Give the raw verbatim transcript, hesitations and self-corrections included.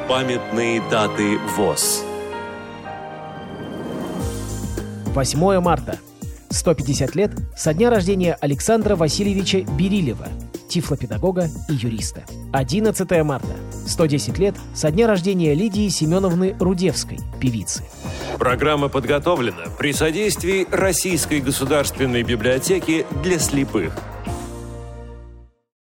Памятные даты ВОС. восьмое марта. сто пятьдесят лет со дня рождения Александра Васильевича Берилева, тифлопедагога и юриста. одиннадцатое марта. сто десять лет со дня рождения Лидии Семеновны Рудевской, певицы. Программа подготовлена при содействии Российской государственной библиотеки для слепых.